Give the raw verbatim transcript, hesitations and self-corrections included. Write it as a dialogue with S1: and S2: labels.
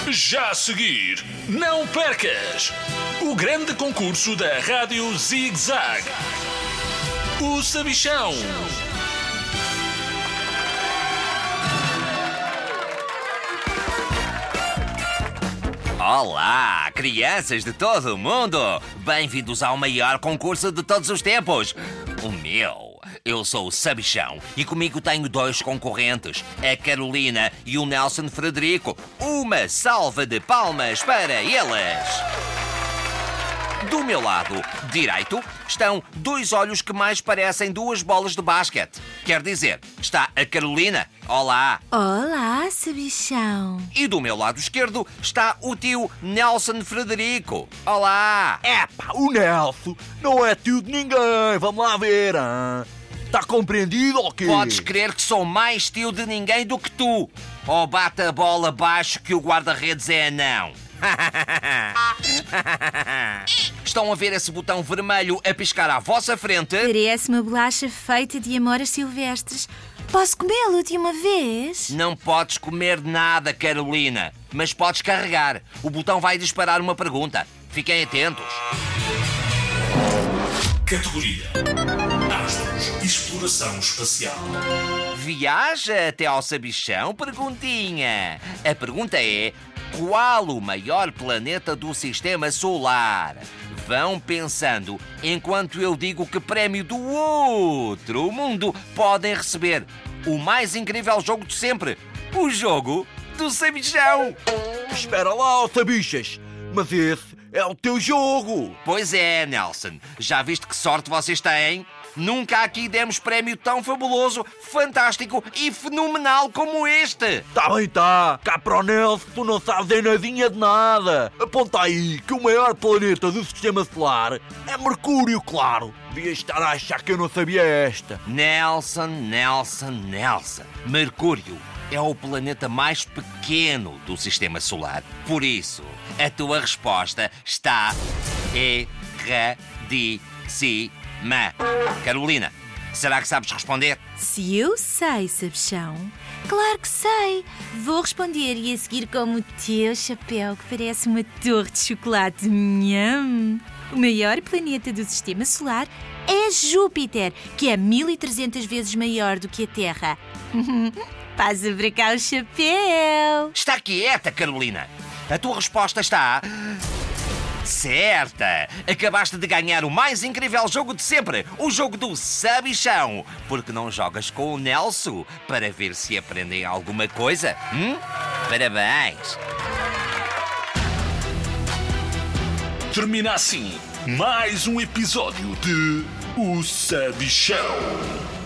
S1: Já a seguir, não percas o grande concurso da Rádio Zig Zag, o Sabichão.
S2: Olá, crianças de todo o mundo! Bem-vindos ao maior concurso de todos os tempos, o meu. Eu sou o Sabichão e comigo tenho dois concorrentes, a Carolina e o Nelson Frederico. Uma salva de palmas para eles! Do meu lado direito estão dois olhos que mais parecem duas bolas de basquete. Quer dizer, está a Carolina. Olá!
S3: Olá, Sabichão!
S2: E do meu lado esquerdo está o tio Nelson Frederico. Olá!
S4: Epá, o Nelson não é tio de ninguém. Vamos lá ver, hein? Está compreendido ou quê?
S2: Podes crer que sou mais tio de ninguém do que tu. Ou bate a bola abaixo que o guarda-redes é anão. Estão a ver esse botão vermelho a piscar à vossa frente?
S3: Parece uma bolacha feita de amoras silvestres. Posso comê-lo de uma vez?
S2: Não podes comer nada, Carolina, mas podes carregar. O botão vai disparar uma pergunta. Fiquem atentos.
S1: Categoria: Astros, exploração espacial.
S2: Viaja até ao Sabichão? Perguntinha. A pergunta é: qual o maior planeta do Sistema Solar? Vão pensando enquanto eu digo que prémio do outro mundo podem receber. O mais incrível jogo de sempre. O jogo do Sabichão.
S4: Espera lá, ó Sabichas. Mas esse é o teu jogo.
S2: Pois é, Nelson. Já viste que sorte vocês têm? Nunca aqui demos prémio tão fabuloso, fantástico e fenomenal como este.
S4: Tá bem, tá. Cá para o Nelson, tu não sabes em nadinha de nada. Aponta aí que o maior planeta do Sistema Solar é Mercúrio, claro. Devias estar a achar que eu não sabia esta.
S2: Nelson, Nelson, Nelson. Mercúrio é o planeta mais pequeno do Sistema Solar. Por isso, a tua resposta está erradíssima. Carolina, será que sabes responder?
S3: Se eu sei, Sabichão, claro que sei. Vou responder e a seguir como o teu chapéu, que parece uma torre de chocolate. Nham. O maior planeta do Sistema Solar é Júpiter, que é mil e trezentas vezes maior do que a Terra. Passa para cá o chapéu.
S2: Está quieta, Carolina. A tua resposta está certa. Acabaste de ganhar o mais incrível jogo de sempre, o jogo do Sabichão. Porque não jogas com o Nelson para ver se aprendem alguma coisa? Hum? Parabéns.
S1: Termina assim mais um episódio de O Sabichão.